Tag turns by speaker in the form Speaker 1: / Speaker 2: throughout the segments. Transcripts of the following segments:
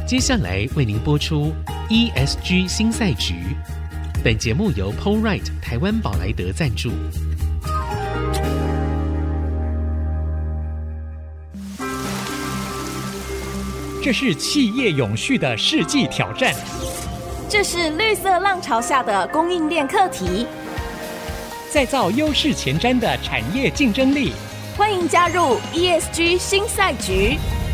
Speaker 1: 接下来为您播出 ESG 新赛局。本节目由 POLRIGHT 台湾宝莱德赞助。
Speaker 2: 这是企业永续的世纪挑战，
Speaker 3: 这是绿色浪潮下的供应链课题，
Speaker 2: 再造优势前瞻的产业竞争力。
Speaker 3: 欢迎加入 ESG 新赛局，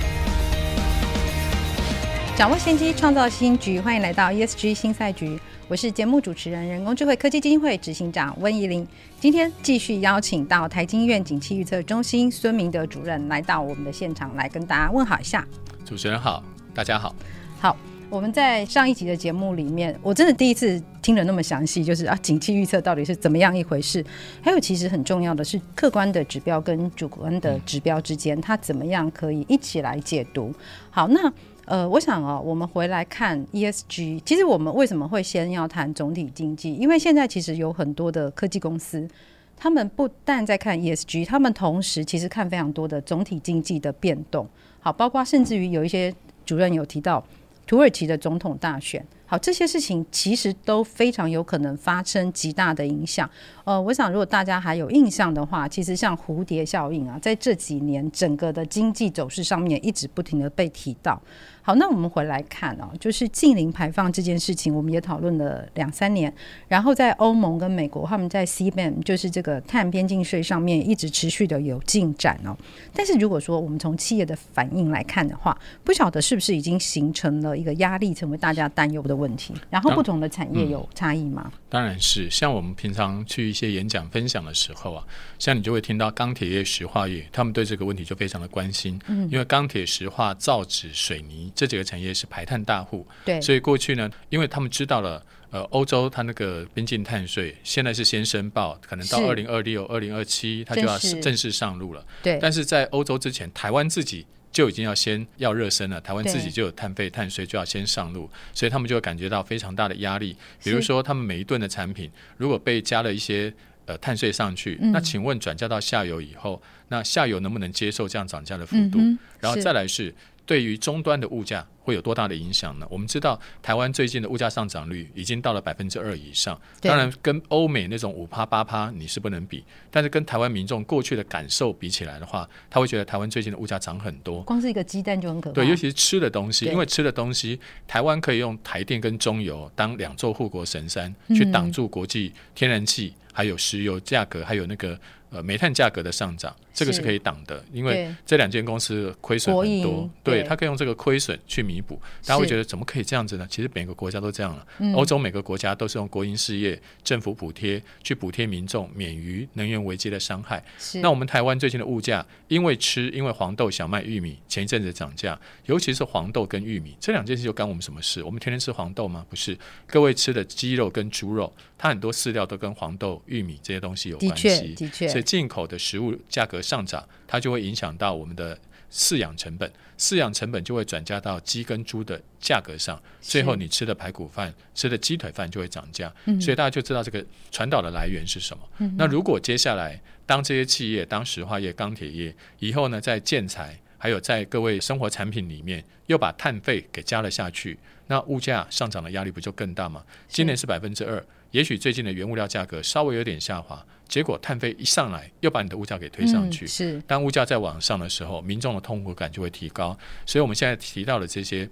Speaker 4: 掌握先机，创造新局。欢迎来到 ESG 新赛局，我是节目主持人、人工智慧科技基金会执行长温怡玲。今天继续邀请到台经院景气预测中心孙明德主任来到我们的现场，来跟大家问好一下。
Speaker 5: 主持人好，大家好。
Speaker 4: 好，我们在上一集的节目里面，我真的第一次听了那么详细，就是景气预测到底是怎么样一回事，还有其实很重要的是客观的指标跟主观的指标之间，它怎么样可以一起来解读。好，那我想我们回来看 ESG， 其实我们为什么会先要谈总体经济？因为现在其实有很多的科技公司，他们不但在看 ESG， 他们同时其实看非常多的总体经济的变动。好，包括甚至于有一些主任有提到土耳其的总统大选，好，这些事情其实都非常有可能发生极大的影响。我想如果大家还有印象的话，其实像蝴蝶效应啊，在这几年整个的经济走势上面一直不停的被提到。好，那我们回来看就是净零排放这件事情，我们也讨论了2-3年，然后在欧盟跟美国他们在 CBAM 就是这个碳边境税上面一直持续的有进展但是如果说我们从企业的反应来看的话，不晓得是不是已经形成了一个压力，成为大家担忧的问题，然后不同的产业有差异吗？
Speaker 5: 当然是，像我们平常去一些演讲分享的时候像你就会听到钢铁业、石化业，他们对这个问题就非常的关心，因为钢铁、石化、造纸、水泥这几个产业是排碳大户，
Speaker 4: 对，
Speaker 5: 所以过去呢，因为他们知道了欧洲它那个边境碳税现在是先申报，可能到2026、2027它就要正式上路了，
Speaker 4: 对，
Speaker 5: 但是在欧洲之前，台湾自己就已经要热身了，台湾自己就有碳费碳税就要先上路，所以他们就会感觉到非常大的压力。比如说他们每一吨的产品如果被加了一些碳税上去，那请问转嫁到下游以后，那下游能不能接受这样涨价的幅度？然后再来是对于终端的物价会有多大的影响呢？我们知道台湾最近的物价上涨率已经到了 2% 以上，当然跟欧美那种 5%、8% 你是不能比，但是跟台湾民众过去的感受比起来的话，他会觉得台湾最近的物价涨很多，
Speaker 4: 光是一个鸡蛋就很可怕。
Speaker 5: 对，尤其是吃的东西，因为吃的东西台湾可以用台电跟中油当2座护国神山，去挡住国际天然气还有石油价格还有那个煤炭价格的上涨，这个是可以挡的，因为这2间公司亏损很多，对，他可以用这个亏损去弥补。大家会觉得怎么可以这样子呢？其实每个国家都这样了，欧洲每个国家都是用国营事业、政府补贴去补贴民众免于能源危机的伤害。那我们台湾最近的物价，因为黄豆、小麦、玉米前一阵子涨价，尤其是黄豆跟玉米这2件事就干我们什么事？我们天天吃黄豆吗？不是，各位吃的鸡肉跟猪肉，它很多饲料都跟黄豆、玉米这些东西有关系，
Speaker 4: 的确，
Speaker 5: 所以进口的食物价格上涨，它就会影响到我们的饲养成本，饲养成本就会转嫁到鸡跟猪的价格上，最后你吃的排骨饭、吃的鸡腿饭就会涨价，所以大家就知道这个传导的来源是什么。那如果接下来当这些企业，当石化业、钢铁业以后呢，在建材还有在各位生活产品里面又把碳费给加了下去，那物价上涨的压力不就更大吗？今年是 2%， 也许最近的原物料价格稍微有点下滑，结果碳费一上来又把你的物价给推上去，
Speaker 4: 是
Speaker 5: 当物价在往上的时候，民众的痛苦感就会提高。所以我们现在提到的这些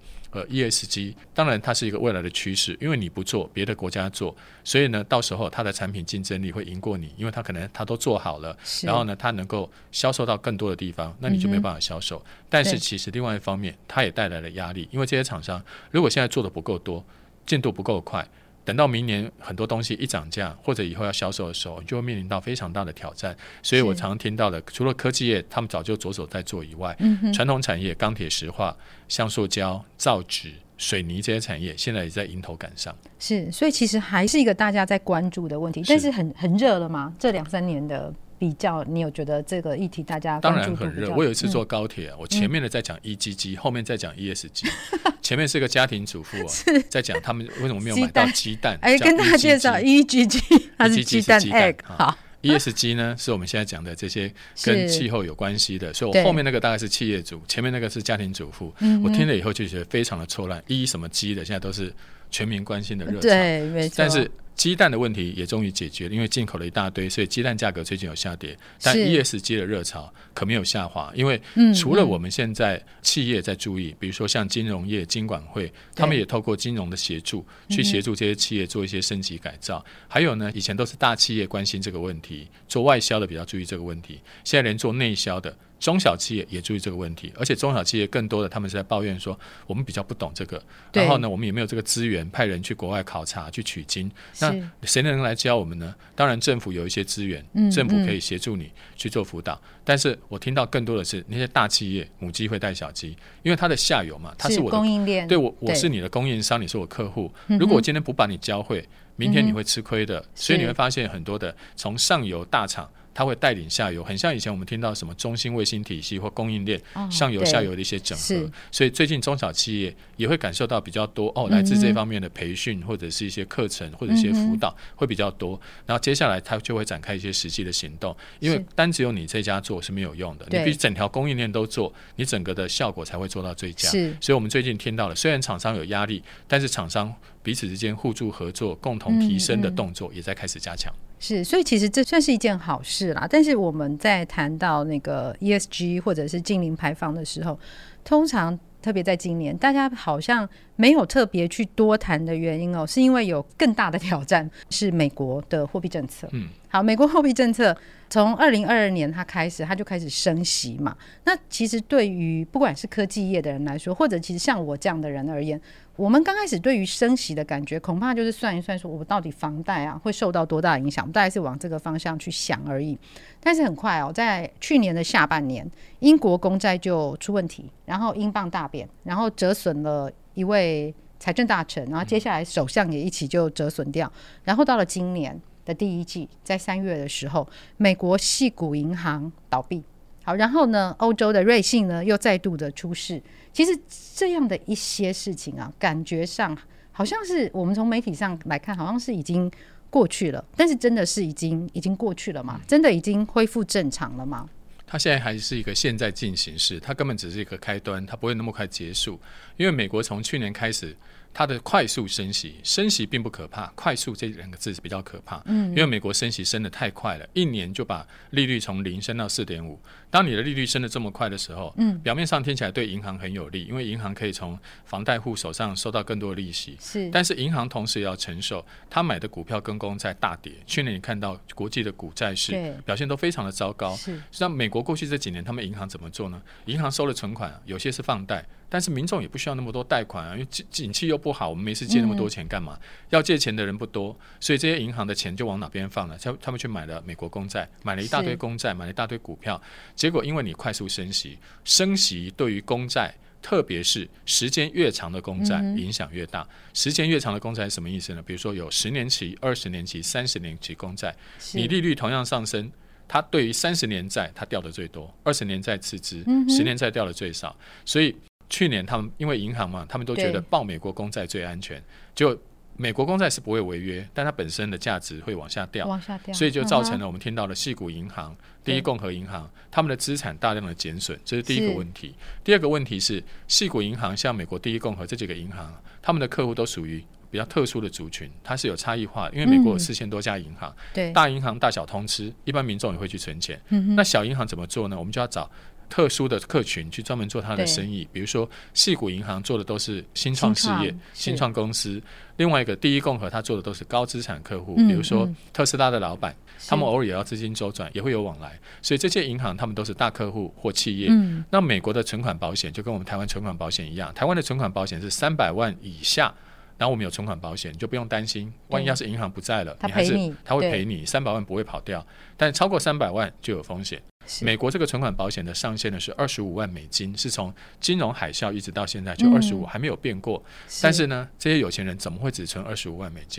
Speaker 5: ESG， 当然它是一个未来的趋势，因为你不做别的国家做，所以呢到时候它的产品竞争力会赢过你，因为它可能它都做好了，然后呢它能够销售到更多的地方，那你就没有办法销售，但是其实另外一方面它也带来了压力，因为这些厂商如果现在做的不够多，进度不够快，等到明年很多东西一涨价或者以后要销售的时候，你就会面临到非常大的挑战。所以我常常听到的，除了科技业他们早就着手在做以外，传统产业钢铁、石化、像塑胶、造纸、水泥这些产业现在也在迎头赶上。是，
Speaker 4: 所以其实还是一个大家在关注的问题，但是很热了吗？这2-3年的比较，你有觉得这个议题大家关注度比较？
Speaker 5: 当然很热。我有一次坐高铁我前面的在讲 EGG，后面在讲 ESG 前面是个家庭主妇在讲他们为什么没有买到鸡蛋跟大家
Speaker 4: 介绍 EGG 它是鸡蛋 egg。 好
Speaker 5: ESG 呢是我们现在讲的这些跟气候有关系的，所以我后面那个大概是企业主，前面那个是家庭主妇。我听了以后就觉得非常的错乱，什么鸡的现在都是全民关心的热潮，
Speaker 4: 对，没错。
Speaker 5: 但是鸡蛋的问题也终于解决了，因为进口了一大堆，所以鸡蛋价格最近有下跌，但 ESG 的热潮可没有下滑，因为除了我们现在企业在注意，比如说像金融业金管会，他们也透过金融的协助去协助这些企业做一些升级改造，还有呢，以前都是大企业关心这个问题，做外销的比较注意这个问题，现在连做内销的中小企业也注意这个问题，而且中小企业更多的他们是在抱怨说我们比较不懂这个，然后呢我们也没有这个资源派人去国外考察去取经，那谁能来教我们呢？当然政府有一些资源，政府可以协助你去做辅导，但是我听到更多的是那些大企业母鸡会带小鸡，因为它的下游嘛，它是我的
Speaker 4: 供应链，
Speaker 5: 对，我是你的供应商，你是我客户，如果我今天不把你教会，明天你会吃亏的，所以你会发现很多的从上游大厂它会带领下游，很像以前我们听到什么中兴卫星体系或供应链上游下游的一些整合，所以最近中小企业也会感受到比较多来自这方面的培训或者是一些课程或者一些辅导会比较多，然后接下来它就会展开一些实际的行动，因为单只有你这家做是没有用的，你必须整条供应链都做，你整个的效果才会做到最佳。所以我们最近听到了，虽然厂商有压力，但是厂商彼此之间互助合作共同提升的动作也在开始加强。
Speaker 4: 是，所以其实这算是一件好事啦。但是我们在谈到那个 ESG 或者是净零排放的时候，通常特别在今年大家好像没有特别去多谈的原因是因为有更大的挑战是美国的货币政策。好，美国货币政策从2022年它就开始升息嘛。那其实对于不管是科技业的人来说，或者其实像我这样的人而言，我们刚开始对于升息的感觉恐怕就是算一算说我到底房贷会受到多大影响，大概是往这个方向去想而已。但是很快在去年的下半年，英国公债就出问题，然后英镑大贬，然后折损了一位财政大臣，然后接下来首相也一起就折损掉，然后到了今年的第一季，在3月的时候，美国矽谷银行倒闭。好，然后呢，欧洲的瑞信呢又再度的出事。其实这样的一些事情感觉上好像是我们从媒体上来看，好像是已经过去了，但是真的是已经过去了吗？真的已经恢复正常了吗？
Speaker 5: 它现在还是一个现在进行式，它根本只是一个开端，它不会那么快结束。因为美国从去年开始，它的快速升息并不可怕，快速这两个字是比较可怕。因为美国升息升得太快了，1年就把利率从0升到 4.5。当你的利率升得这么快的时候，表面上听起来对银行很有利，因为银行可以从房贷户手上收到更多的利息。但是银行同时也要承受他买的股票跟公债大跌。去年你看到国际的股债市表现都非常的糟糕。像美国过去这几年，他们银行怎么做呢？银行收了存款，有些是放贷，但是民众也不需要那么多贷款因为景气又不好，我们没事借那么多钱干嘛？要借钱的人不多，所以这些银行的钱就往哪边放了？他们去买了美国公债，买了一大堆公债，买了一大堆股票，结果因为你快速升息对于公债，特别是时间越长的公债影响越大。时间越长的公债是什么意思呢？比如说有10年期、20年期、30年期公债，你利率同样上升，它对于30年债它掉的最多，20年债次之，10年债掉的最少。所以去年他们因为银行嘛，他们都觉得报美国公债最安全，就美国公债是不会违约，但它本身的价值会往下掉，所以就造成了我们听到的矽谷银行、第一共和银行他们的资产大量的减损，这是第一个问题。第二个问题是矽谷银行像美国第一共和这几个银行，他们的客户都属于比较特殊的族群，它是有差异化的，因为美国有4000多家银行，大银行大小通吃，一般民众也会去存钱。那小银行怎么做呢？我们就要找特殊的客群去专门做它的生意，比如说矽谷银行做的都是新创事业、新创公司，另外一个第一共和他做的都是高资产客户，比如说特斯拉的老板，他们偶尔也要资金周转，也会有往来，所以这些银行他们都是大客户或企业。那美国的存款保险就跟我们台湾存款保险一样，台湾的存款保险是300万以下，然后我们有存款保险，你就不用担心，万一要是银行不在了，他会赔你300万不会跑掉，但超过300万就有风险。美国这个存款保险的上限呢是$25万，是从金融海啸一直到现在就25，还没有变过。但是呢，这些有钱人怎么会只存$25万？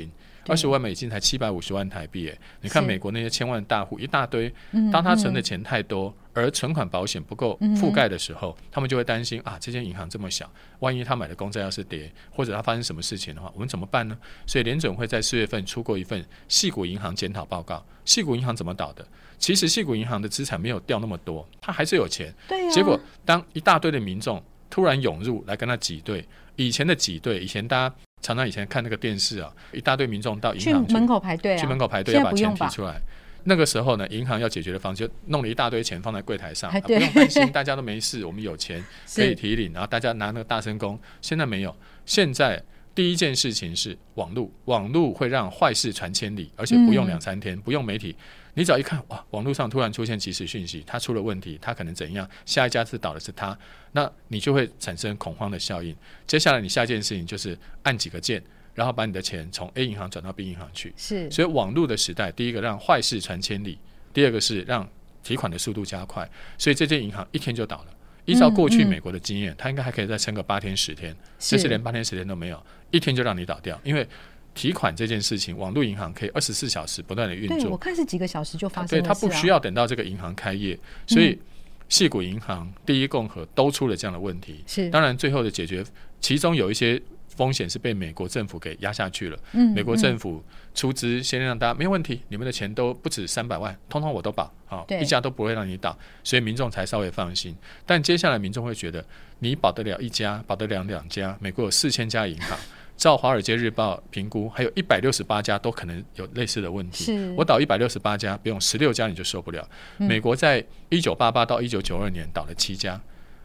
Speaker 5: ，20万美金才750万台币耶。你看美国那些千万大户一大堆，当他存的钱太多，而存款保险不够覆盖的时候，他们就会担心啊，这间银行这么小，万一他买的公债要是跌，或者他发生什么事情的话，我们怎么办呢？所以联准会在4月份出过一份矽谷银行检讨报告。矽谷银行怎么倒的？其实矽谷银行的资产没有掉那么多，他还是有钱。
Speaker 4: 对啊，
Speaker 5: 结果当一大堆的民众突然涌入来跟他挤兑，以前的挤兑，以前大家常常以前看那个电视啊，一大堆民众到银行
Speaker 4: 去门口排队啊，
Speaker 5: 去门口排队要把钱提出来。那个时候呢，银行要解决的方式就弄了一大堆钱放在柜台上，不用担心，大家都没事，我们有钱可以提领，然后大家拿那个大声公。现在没有，现在第一件事情是网络会让坏事传千里，而且不用2-3天，不用媒体，你只要一看，哇，网络上突然出现即时讯息，他出了问题，他可能怎样，下一家是倒的是他，那你就会产生恐慌的效应。接下来你下一件事情就是按几个键，然后把你的钱从 A 银行转到 B 银行去。是，所以网络的时代，第一个让坏事传千里，第二个是让提款的速度加快，所以这间银行1天就倒了。依照过去美国的经验，它应该还可以再撑个8天10天，这次连8天10天都没有，1天就让你倒掉。因为提款这件事情，网络银行可以24小时不断的运作，
Speaker 4: 对，我看是几个小时就发生了事啊。
Speaker 5: 对，它不需要等到这个银行开业，所以矽谷银行、第一共和都出了这样的问题。是，当然最后的解决，其中有一些风险是被美国政府给压下去了。美国政府出资先让大家没有问题，你们的钱都不止300万，通通我都保，一家都不会让你倒，所以民众才稍微放心。但接下来民众会觉得，你保得了一家，保得了2家，美国有4000家银行。照华尔街日报评估，还有168家都可能有类似的问题。我倒168家，不用16家你就受不了。美国在1988到1992年倒了7家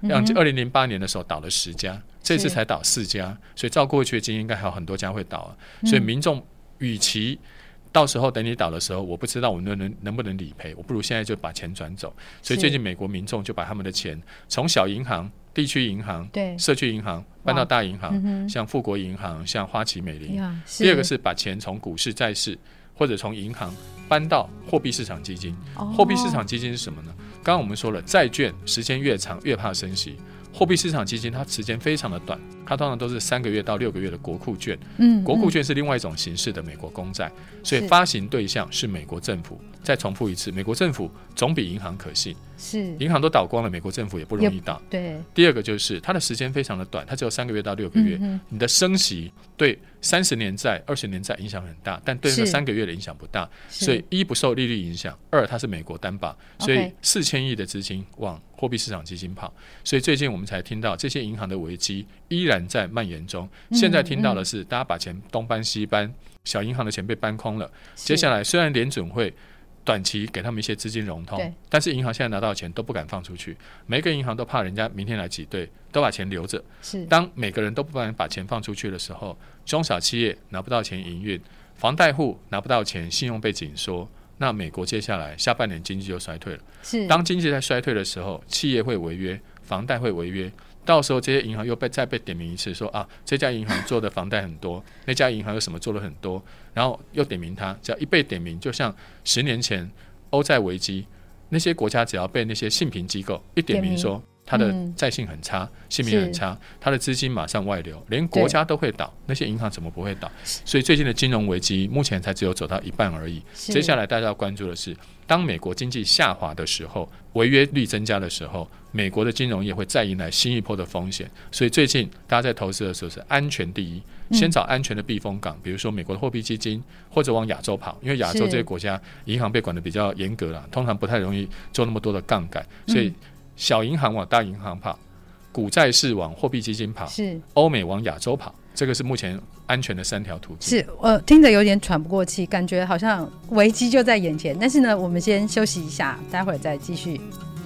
Speaker 5: ，2008年的时候倒了10家，这次才倒4家，所以照过去的经验，应该还有很多家会倒啊。所以民众与其到时候等你倒的时候，我不知道我们能不能理赔，我不如现在就把钱转走。所以最近美国民众就把他们的钱从小银行、地区银行、社区银行搬到大银行，像富国银行、像花旗美林。第二个是把钱从股市、债市或者从银行搬到货币市场基金。货币市场基金是什么呢？刚刚我们说了，债券时间越长越怕升息，货币市场基金它时间非常的短，它通常都是3个月到6个月的国库券。国库券是另外一种形式的美国公债，所以发行对象是美国政府。再重复一次，美国政府总比银行可信。是，银行都倒光了，美国政府也不容易倒。对。第二个就是它的时间非常的短，它只有3个月到6个月。你的升息对30年债、20年债影响很大，但对那3个月的影响不大。所以1不受利率影响，2它是美国担保，所以4000亿的资金往货币市场基金跑。所以最近我们才听到这些银行的危机依然在蔓延中。现在听到的是大家把钱东搬西搬，小银行的钱被搬空了。接下来虽然联准会短期给他们一些资金融通，但是银行现在拿到的钱都不敢放出去，每个银行都怕人家明天来挤兑，都把钱留着。当每个人都不敢把钱放出去的时候，中小企业拿不到钱营运，房贷户拿不到钱，信用被紧缩，那美国接下来下半年经济就衰退了。当经济在衰退的时候，企业会违约，房贷会违约，到时候这些银行又再被点名一次，说啊，这家银行做的房贷很多，那家银行有什么做的很多，然后又点名它，只要一被点名，就像10年前欧债危机，那些国家只要被那些信评机构一点名说它的债信很差，信评很差，它的资金马上外流，连国家都会倒，那些银行怎么不会倒？所以最近的金融危机目前才只有走到一半而已。接下来大家要关注的是，当美国经济下滑的时候，违约率增加的时候，美国的金融业会再迎来新一波的风险。所以最近大家在投资的时候是安全第一，先找安全的避风港，比如说美国的货币基金，或者往亚洲跑，因为亚洲这些国家银行被管得比较严格啦，通常不太容易做那么多的杠杆，所以小银行往大银行跑，股债市往货币基金跑，欧美往亚洲跑，这个是目前安全的3条途径。是，
Speaker 4: 听着有点喘不过气，感觉好像危机就在眼前。但是呢，我们先休息一下，待会儿再继续。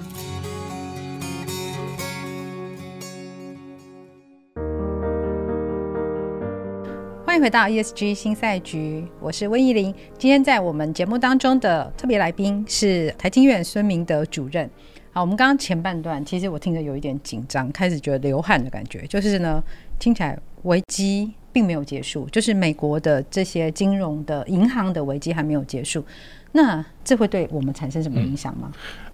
Speaker 4: 欢迎回到 ESG 新赛局，我是温怡玲。今天在我们节目当中的特别来宾是台经院孙明德主任。好，我们刚刚前半段其实我听着有一点紧张，开始觉得流汗的感觉，就是呢听起来危机并没有结束，就是美国的这些金融的银行的危机还没有结束，那这会对我们产生什么影响吗？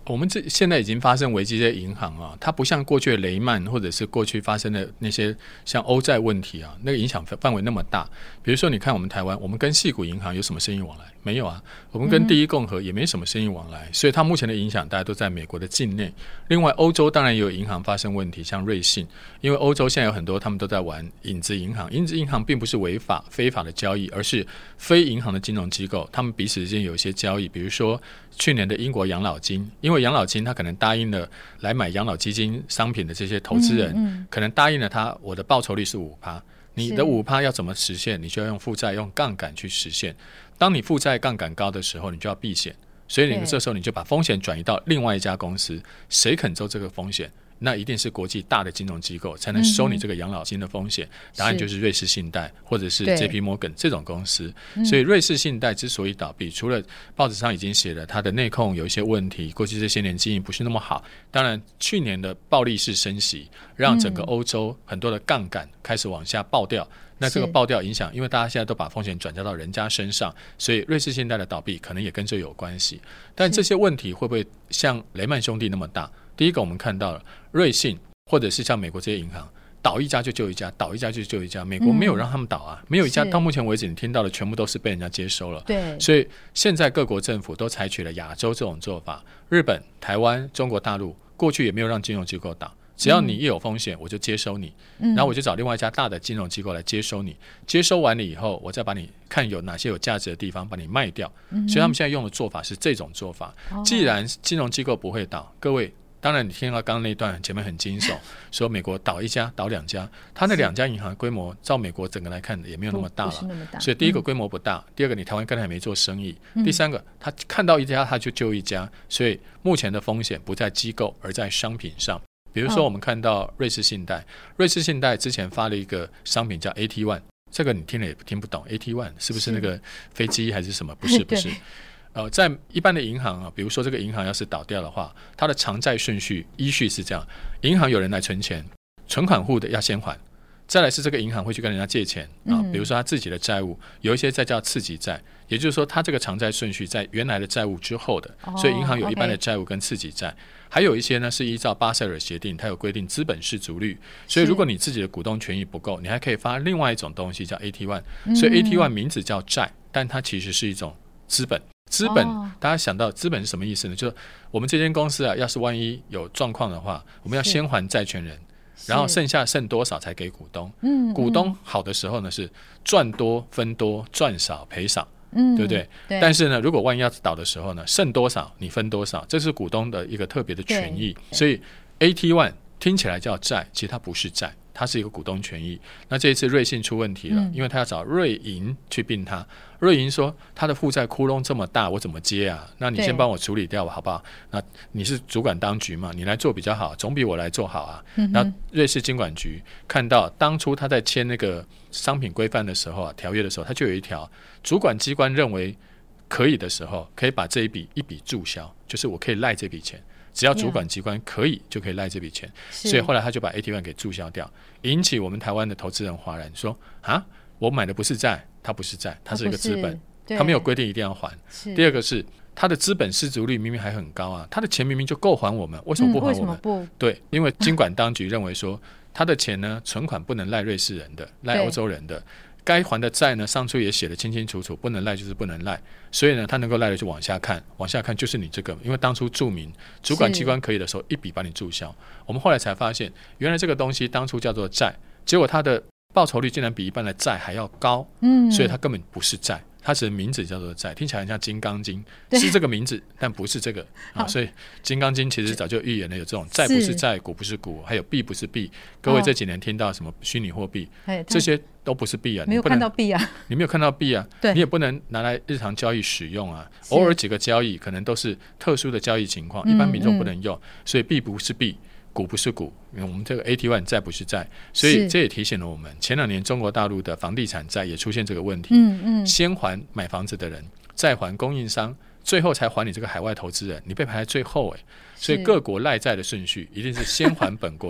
Speaker 5: 我们现在已经发生危机的银行啊，它不像过去的雷曼或者是过去发生的那些像欧债问题啊，那个影响范围那么大。比如说你看我们台湾，我们跟矽谷银行有什么生意往来？没有啊。我们跟第一共和也没什么生意往来，所以它目前的影响大家都在美国的境内。另外欧洲当然也有银行发生问题，像瑞信，因为欧洲现在有很多他们都在玩影子银行。影子银行并不是违法非法的交易，而是非银行的金融机构他们彼此之间有一些交易。比如说去年的英国养老金，因为养老金他可能答应了来买养老基金商品的这些投资人，可能答应了他我的报酬率是 5%， 你的 5% 要怎么实现？你就要用负债用杠杆去实现。当你负债杠杆高的时候，你就要避险，所以你这时候你就把风险转移到另外一家公司，谁肯收这个风险？那一定是国际大的金融机构才能收你这个养老金的风险，答案就是瑞士信贷或者是 JP Morgan 这种公司。所以瑞士信贷之所以倒闭，除了报纸上已经写了它的内控有一些问题，过去这些年经营不是那么好，当然去年的暴力式升息让整个欧洲很多的杠杆开始往下爆掉，那这个爆掉影响，因为大家现在都把风险转嫁到人家身上，所以瑞士信贷的倒闭可能也跟这有关系。但这些问题会不会像雷曼兄弟那么大？第一个我们看到了瑞信或者是像美国这些银行倒一家就救一家，倒一家就救一家，美国没有让他们倒啊，没有一家到目前为止你听到的全部都是被人家接收了。
Speaker 4: 对，
Speaker 5: 所以现在各国政府都采取了亚洲这种做法，日本、台湾、中国大陆过去也没有让金融机构倒，只要你一有风险我就接收你，然后我就找另外一家大的金融机构来接收你，接收完了以后我再把你看有哪些有价值的地方把你卖掉，所以他们现在用的做法是这种做法。既然金融机构不会倒，各位当然你听到刚刚那段前面很惊悚，说美国倒一家倒两家，他那两家银行规模照美国整个来看也没有那么大了，所以第一个规模不大，第二个你台湾跟他也没做生意，第三个他看到一家他就救一家，所以目前的风险不在机构而在商品上。比如说我们看到瑞士信贷，瑞士信贷之前发了一个商品叫 AT1， 这个你听了也听不懂， AT1 是不是那个飞机还是什么？不是不是在一般的银行啊，比如说这个银行要是倒掉的话，它的偿债顺序依序是这样：银行有人来存钱，存款户的要先还，再来是这个银行会去跟人家借钱啊，比如说他自己的债务，有一些再叫次级债，也就是说他这个偿债顺序在原来的债务之后的，所以银行有一般的债务跟次级债，还有一些呢是依照巴塞尔协定，它有规定资本适足率，所以如果你自己的股东权益不够，你还可以发另外一种东西叫 AT1， 所以 AT1 名字叫债，但它其实是一种资本。资本大家想到资本是什么意思呢？就是我们这间公司啊，要是万一有状况的话，我们要先还债权人，然后剩多少才给股东。股东好的时候呢是赚多分多，赚少赔少，对不对？但是呢如果万一要倒的时候呢，剩多少你分多少，这是股东的一个特别的权益。所以 AT1 听起来叫债，其实它不是债，它是一个股东权益。那这一次瑞信出问题了，因为他要找瑞银去并他，瑞银说他的负债窟窿这么大我怎么接啊？那你先帮我处理掉好不好？那你是主管当局嘛，你来做比较好，总比我来做好啊。那瑞士金管局看到当初他在签那个商品规范的时候啊，条约的时候，他就有一条，主管机关认为可以的时候，可以把这一笔注销，就是我可以赖这笔钱，只要主管机关可以就可以赖这笔钱，所以后来他就把 AT1 给注销掉，引起我们台湾的投资人哗然，说啊，我买的不是债，它不是债，它是一个资本，它没有规定一定要还。第二个是它的资本适足率明明还很高啊，它的钱明明就够还我们，为什么不还我们？对，因为金管当局认为说他的钱呢，存款不能赖瑞士人的，赖欧洲人的，该还的债呢，上述也写得清清楚楚，不能赖就是不能赖，所以呢，他能够赖的就往下看，往下看就是你这个，因为当初注明主管机关可以的时候，一笔把你注销。我们后来才发现，原来这个东西当初叫做债，结果它的报酬率竟然比一般的债还要高，所以它根本不是债。它只是名字叫做债，听起来很像金刚经，是这个名字，但不是这个啊。所以金刚经其实早就预言了有这种债不是债，股不是股，还有币不是币。各位这几年听到什么虚拟货币，这些都不是币啊，
Speaker 4: 没有看到币啊，
Speaker 5: 你没有看到币啊，你也不能拿来日常交易使用啊。偶尔几个交易可能都是特殊的交易情况，一般民众不能用，所以币不是币。股不是股，我们这个 AT1 债不是债，所以这也提醒了我们，前2年中国大陆的房地产债也出现这个问题，先还买房子的人，再还供应商，最后才还你这个海外投资人，你被排在最后所以各国赖债的顺序一定是先还本国人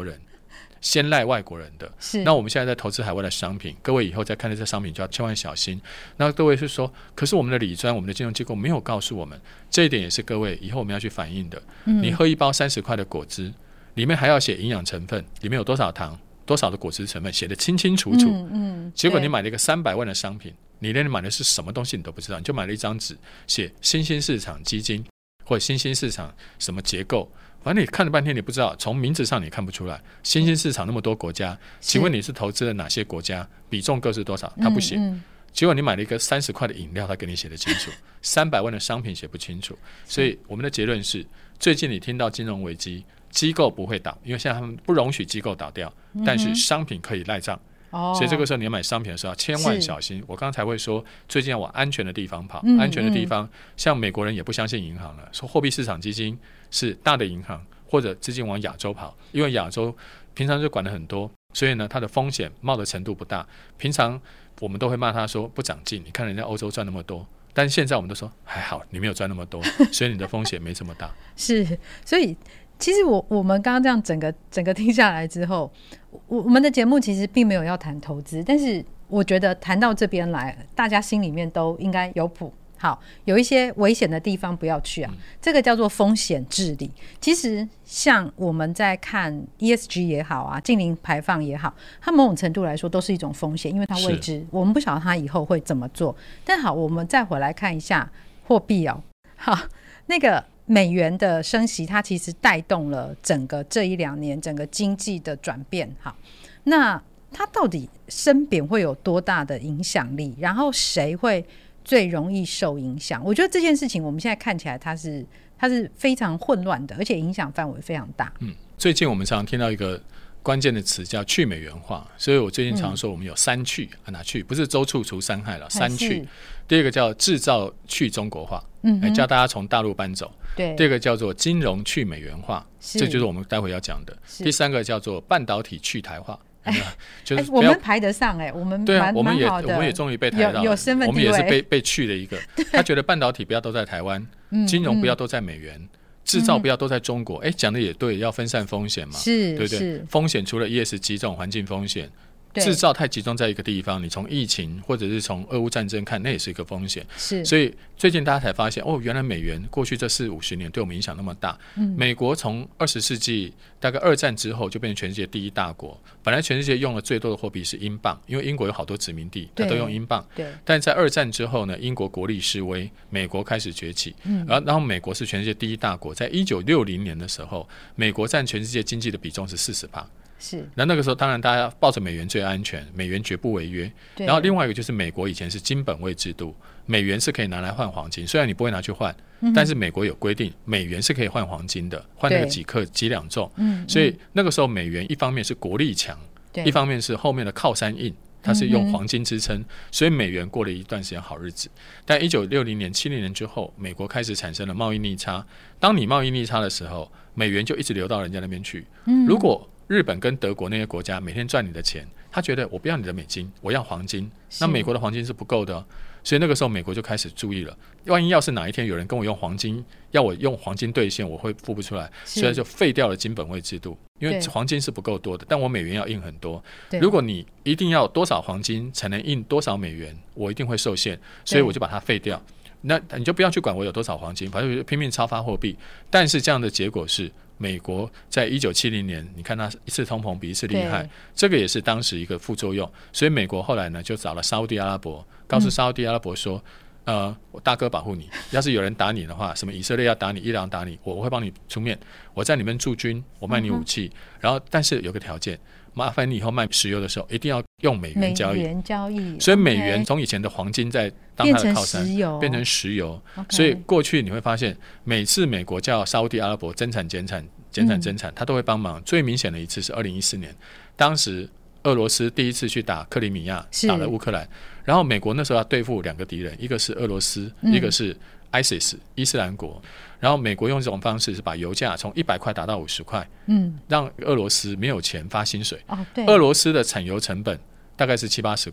Speaker 5: 先赖外国人的。
Speaker 4: 是，
Speaker 5: 那我们现在在投资海外的商品，各位以后再看到这商品就要千万小心。那各位是说，可是我们的理专、我们的金融机构没有告诉我们，这一点也是各位以后我们要去反映的。你喝一包30块的果汁，里面还要写营养成分，里面有多少糖、多少的果汁成分，写得清清楚楚。结果你买了一个300万的商品，你连你买的是什么东西你都不知道，你就买了一张纸，写新兴市场基金或者新兴市场什么结构。反正你看了半天你不知道，从名字上你看不出来。新兴市场那么多国家，请问你是投资了哪些国家，比重各是多少，他不写。结果你买了一个30块的饮料，他给你写得清楚，300万的商品写不清楚。所以我们的结论是，最近你听到金融危机，机构不会倒，因为现在他们不容许机构倒掉，但是商品可以赖账。所以这个时候你要买商品的时候千万小心。我刚才会说，最近要往安全的地方跑。安全的地方，像美国人也不相信银行了，说货币市场基金是大的银行，或者资金往亚洲跑，因为亚洲平常就管得很多，所以呢它的风险冒的程度不大。平常我们都会骂他说不长进，你看人家欧洲赚那么多，但是现在我们都说还好你没有赚那么多，所以你的风险没这么大。
Speaker 4: 是，所以其实我们刚刚这样整个听下来之后，我们的节目其实并没有要谈投资，但是我觉得谈到这边来，大家心里面都应该有谱。好，有一些危险的地方不要去啊，这个叫做风险治理。其实像我们在看 ESG 也好啊，净零排放也好，它某种程度来说都是一种风险，因为它未知，我们不晓得它以后会怎么做。但好，我们再回来看一下货币哦。好，那个美元的升息，它其实带动了整个这1-2年整个经济的转变。好，那它到底升贬会有多大的影响力？然后谁会最容易受影响？我觉得这件事情我们现在看起来它是非常混乱的，而且影响范围非常大。
Speaker 5: 最近我们常常听到一个关键的词叫去美元化，所以我最近常说我们有3去哪去？不是周处除3害了，3去。第二个叫制造去中国化，叫大家从大陆搬走。
Speaker 4: 对。
Speaker 5: 第二个叫做金融去美元化，这就是我们待会要讲的。第三个叫做半导体去台化。就是
Speaker 4: 我们排得上我们
Speaker 5: 对啊，我们
Speaker 4: 也
Speaker 5: 也终于被抬到了，
Speaker 4: 有身份地位，
Speaker 5: 我们也是被去了一个。他觉得半导体不要都在台湾，金融不要都在美元，制造不要都在中国。讲的也对，要分散风险嘛，对不对？风险除了 ESG 这种环境风险，制造太集中在一个地方，你从疫情或者是从俄乌战争看，那也是一个风险。所以最近大家才发现，原来美元过去这40-50年对我们影响那么大。美国从20世纪大概2战之后就变成全世界第一大国。本来全世界用的最多的货币是英镑，因为英国有好多殖民地，它都用英镑。但在2战之后呢，英国国力式微，美国开始崛起。然后美国是全世界第一大国，在1960年的时候，美国占全世界经济的比重是40%。那个时候当然大家抱着美元最安全，美元绝不违约。然后另外一个就是美国以前是金本位制度，美元是可以拿来换黄金，虽然你不会拿去换，但是美国有规定美元是可以换黄金的，换那个几克几两重。所以那个时候美元一方面是国力强，一方面是后面的靠山硬，它是用黄金支撑，所以美元过了一段时间好日子。但1960年70年之后，美国开始产生了贸易逆差。当你贸易逆差的时候，美元就一直流到人家那边去。如果日本跟德国那些国家每天赚你的钱，他觉得我不要你的美金，我要黄金，那美国的黄金是不够的。所以那个时候美国就开始注意了，万一要是哪一天有人跟我用黄金，要我用黄金兑现，我会付不出来，所以就废掉了金本位制度，因为黄金是不够多的，但我美元要印很多。如果你一定要多少黄金才能印多少美元，我一定会受限，所以我就把它废掉。那你就不要去管我有多少黄金，反正拼命超发货币。但是这样的结果是，美国在1970年，你看它一次通膨比一次厉害，这个也是当时一个副作用。所以美国后来呢，就找了沙烏地阿拉伯，告诉沙烏地阿拉伯说，我大哥保护你，要是有人打你的话，什么以色列要打你，伊朗打你，我会帮你出面，我在里面驻军，我卖你武器。然后但是有个条件，麻烦你以后卖石油的时候一定要用美元交易。所以美元从以前的黄金在当它的靠山变成石油。所以过去你会发现，每次美国叫沙烏地阿拉伯增产减产，他都会帮忙。最明显的一次是2014年，当时俄罗斯第一次去打克里米亚，打了乌克兰，然后美国那时候要对付2个敌人，一个是俄罗斯，一个是 ISIS 伊斯兰国。然后美国用这种方式是把油价从100块打到50块，让俄罗斯没有钱发薪水。俄罗斯的产油成本大概是70-80块，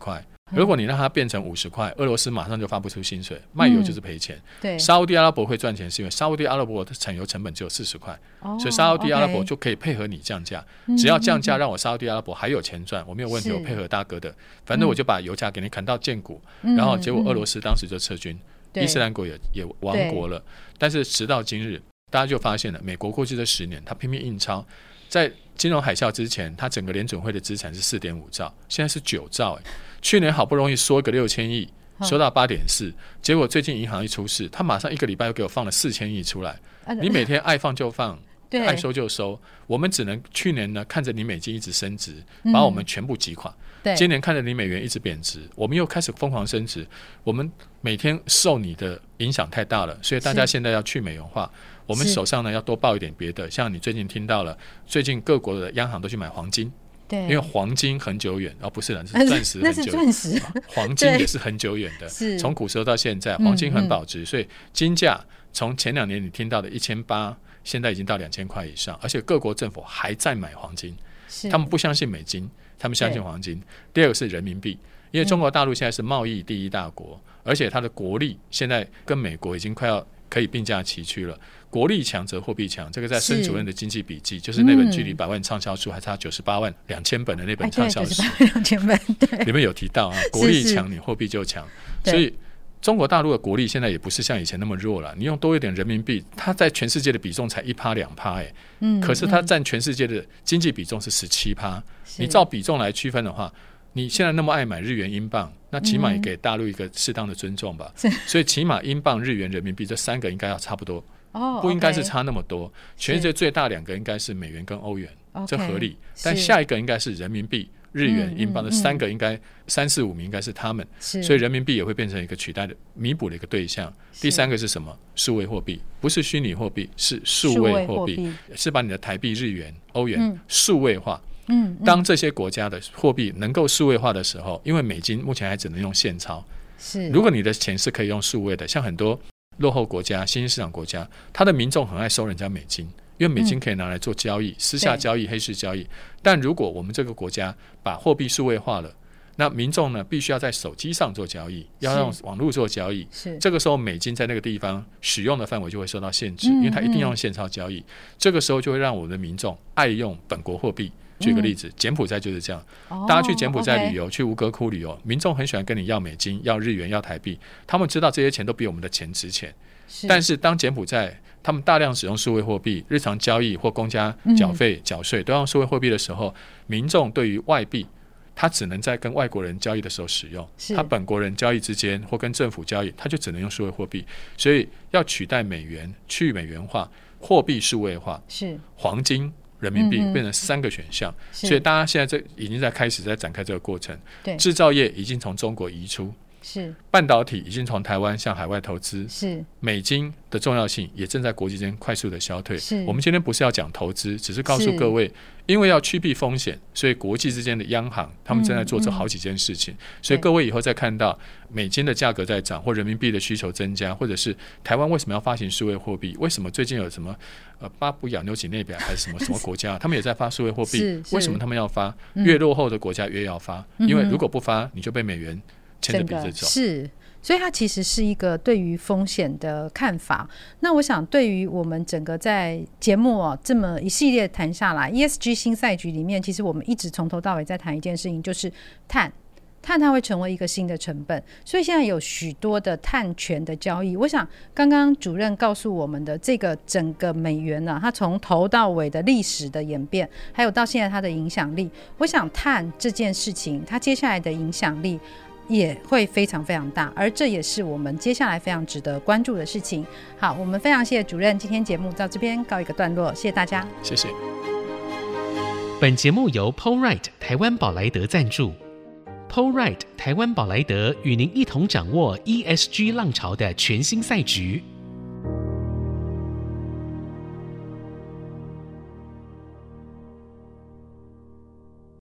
Speaker 5: 如果你让它变成50块，俄罗斯马上就发不出薪水，卖油就是赔钱。
Speaker 4: 对，
Speaker 5: 沙烏地阿拉伯会赚钱是因为沙烏地阿拉伯的产油成本只有40块，所以沙烏地阿拉伯就可以配合你降价，只要降价让我沙烏地阿拉伯还有钱赚，我没有问题，我配合大哥的，反正我就把油价给你砍到见骨，然后结果俄罗斯当时就撤军，伊斯兰国也亡国了。但是直到今日，大家就发现了，美国过去这10年，它拼命印钞，在金融海啸之前，它整个联准会的资产是4.5兆，现在是9兆。去年好不容易缩个6000亿，缩到8.4，结果最近银行一出事，他马上1个礼拜又给我放了4000亿出来。你每天爱放就放，爱收就收，我们只能去年呢看着你美金一直升值，把我们全部击垮。今年看着你美元一直贬值，我们又开始疯狂升值，我们每天受你的影响太大了，所以大家现在要去美元化。我们手上呢要多抱一点别的，像你最近听到了，最近各国的央行都去买黄金。对，因为黄金很久远，不是是钻石很久远，那是钻石，黄金也是很久远的，从古时候到现在，黄金很保值，所以金价从前2年你听到的1800，现在已经到2000块以上，而且各国政府还在买黄金，他们不相信美金，他们相信黄金。第二个是人民币，因为中国大陆现在是贸易第1大国，而且它的国力现在跟美国已经快要可以并驾齐驱了。国力强则货币强，这个在孙主任的经济笔记，就是那本距离100万畅销书还差98万2000本的那本畅销书
Speaker 4: ，98万2000本，
Speaker 5: 里面有提到国力强你货币就强，所以中国大陆的国力现在也不是像以前那么弱了，你用多一点人民币，它在全世界的比重才1%、2%，可是它占全世界的经济比重是17%，你照比重来区分的话，你现在那么爱买日元英镑，那起码也给大陆一个适当的尊重吧，所以起码英镑、日元、人民币这3个应该要差不多，不应该是差那么多，全世界最大2个应该是美元跟欧元，这合理，但下一个应该是人民币、日元、英镑，这3个应该3、4、5名应该是他们，所以人民币也会变成一个取代的弥补的一个对象。第3个是什么？数位货币，不是虚拟货币，是数位货币，是把你的台币、日元、欧元数位化。当这些国家的货币能够数位化的时候，因为美金目前还只能用现钞，如果你的钱是可以用数位的，像很多落后国家、新兴市场国家，他的民众很爱收人家美金，因为美金可以拿来做交易，私下交易、黑市交易。但如果我们这个国家把货币数位化了，那民众呢必须要在手机上做交易，要用网络做交易，这个时候美金在那个地方使用的范围就会受到限制，因为它一定要用现钞交易，这个时候就会让我们的民众爱用本国货币。举个例子，柬埔寨就是这样，大家去柬埔寨旅游，去吴哥窟旅游，民众很喜欢跟你要美金、要日元、要台币，他们知道这些钱都比我们的钱值钱。但是当柬埔寨他们大量使用数位货币，日常交易或公家缴费、缴税都要用数位货币的时候，民众对于外币，他只能在跟外国人交易的时候使用，他本国人交易之间或跟政府交易，他就只能用数位货币。所以要取代美元、去美元化、货币数位化，是黄金、人民币变成3个选项，所以大家现在已经在开始在展开这个过程。制造业已经从中国移出，是半导体已经从台湾向海外投资，是美金的重要性也正在国际间快速的消退。我们今天不是要讲投资，只是告诉各位，因为要趋避风险，所以国际之间的央行他们正在做这好几件事情。所以各位以后再看到美金的价格在涨，或人民币的需求增加，或者是台湾为什么要发行数位货币，为什么最近有什么巴布亚纽几内亚还是什么国家他们也在发数位货币，为什么他们要发？越落后的国家越要发，因为如果不发你就被美元牵着鼻子走。
Speaker 4: 是，所以它其实是一个对于风险的看法。那我想对于我们整个在节目这么一系列谈下来， ESG 新赛局里面，其实我们一直从头到尾在谈一件事情，就是碳它会成为一个新的成本，所以现在有许多的碳权的交易。我想刚刚主任告诉我们的这个整个美元它从头到尾的历史的演变，还有到现在它的影响力，我想碳这件事情它接下来的影响力也会非常非常大，而这也是我们接下来非常值得关注的事情。好，我们非常谢谢主任，今天节目到这边告一个段落，谢谢大家。
Speaker 5: 谢谢。
Speaker 1: 本节目由 POLRIGHT 台湾宝莱德赞助， POLRIGHT 台湾宝莱德与您一同掌握 ESG 浪潮的全新赛局。